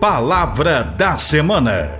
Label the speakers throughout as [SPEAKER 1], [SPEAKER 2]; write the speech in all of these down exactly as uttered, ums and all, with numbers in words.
[SPEAKER 1] Palavra da Semana.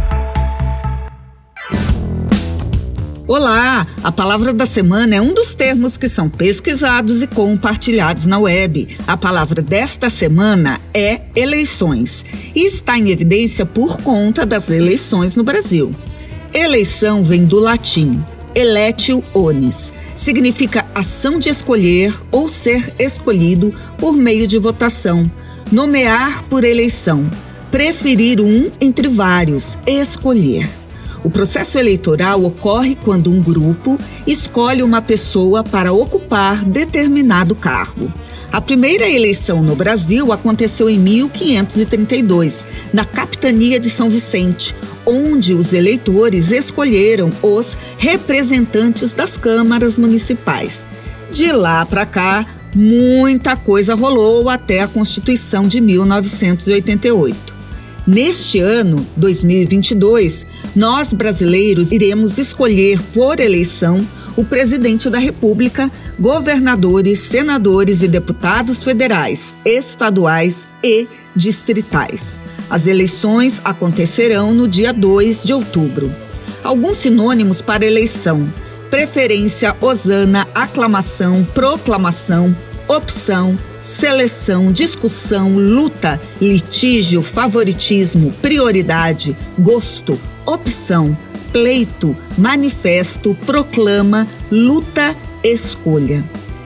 [SPEAKER 2] Olá! A Palavra da Semana é um dos termos que são pesquisados e compartilhados na web. A palavra desta semana é eleições e está em evidência por conta das eleições no Brasil. Eleição vem do latim eletio onis, significa ação de escolher ou ser escolhido por meio de votação, nomear por eleição, preferir um entre vários, escolher. O processo eleitoral ocorre quando um grupo escolhe uma pessoa para ocupar determinado cargo. A primeira eleição no Brasil aconteceu em mil quinhentos e trinta e dois, na capitania de São Vicente, onde os eleitores escolheram os representantes das câmaras municipais. De lá para cá, muita coisa rolou até a Constituição de mil novecentos e oitenta e oito. Neste ano, dois mil e vinte e dois, nós brasileiros iremos escolher por eleição o presidente da República, governadores, senadores e deputados federais, estaduais e distritais. As eleições acontecerão no dia dois de outubro. Alguns sinônimos para eleição: preferência, hosana, aclamação, proclamação, opção, seleção, discussão, luta, litígio, favoritismo, prioridade, gosto, opção, pleito, manifesto, proclama, luta, escolha.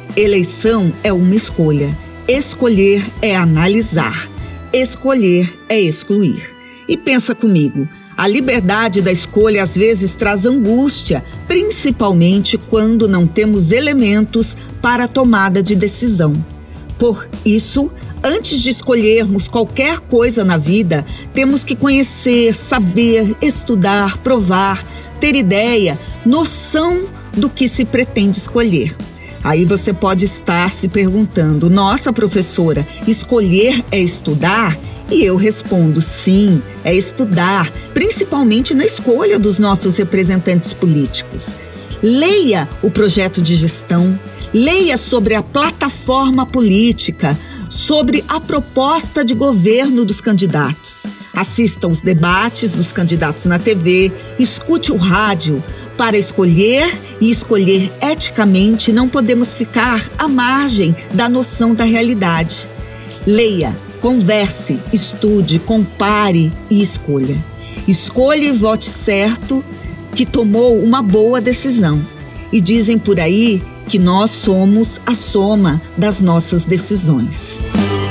[SPEAKER 2] Eleição é uma escolha. Escolher é analisar. Escolher é excluir. E pensa comigo, a liberdade da escolha às vezes traz angústia, principalmente quando não temos elementos para a tomada de decisão. Por isso, antes de escolhermos qualquer coisa na vida, temos que conhecer, saber, estudar, provar, ter ideia, noção do que se pretende escolher. Aí você pode estar se perguntando: nossa, professora, escolher é estudar? E eu respondo: sim, é estudar, principalmente na escolha dos nossos representantes políticos. Leia o projeto de gestão, leia sobre a plataforma política, sobre a proposta de governo dos candidatos. Assista os debates dos candidatos na T V, escute o rádio. Para escolher e escolher eticamente, não podemos ficar à margem da noção da realidade. Leia, converse, estude, compare e escolha. Escolha e vote certo que tomou uma boa decisão. E dizem por aí que nós somos a soma das nossas decisões.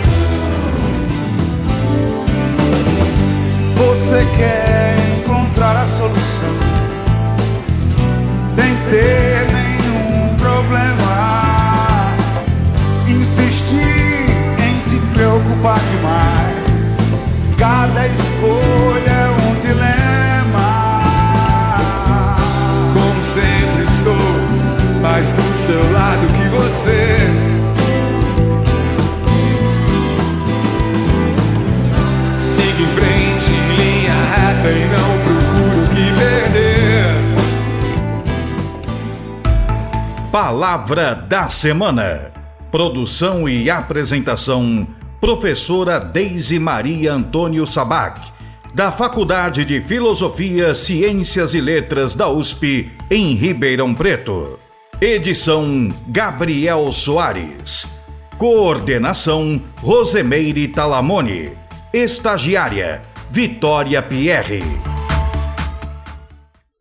[SPEAKER 3] Você quer encontrar a solução sem ter nenhum problema, insistir em se preocupar demais. Cada escolha é um dilema. Como sempre estou mais do seu lado que você. Siga em frente, em linha reta e não procure o que perder.
[SPEAKER 1] Palavra da Semana. Produção e apresentação: professora Deise Maria Antônio Sabac, da Faculdade de Filosofia, Ciências e Letras da U S P, em Ribeirão Preto. Edição: Gabriel Soares. Coordenação: Rosemeire Talamone. Estagiária: Vitória Pierre.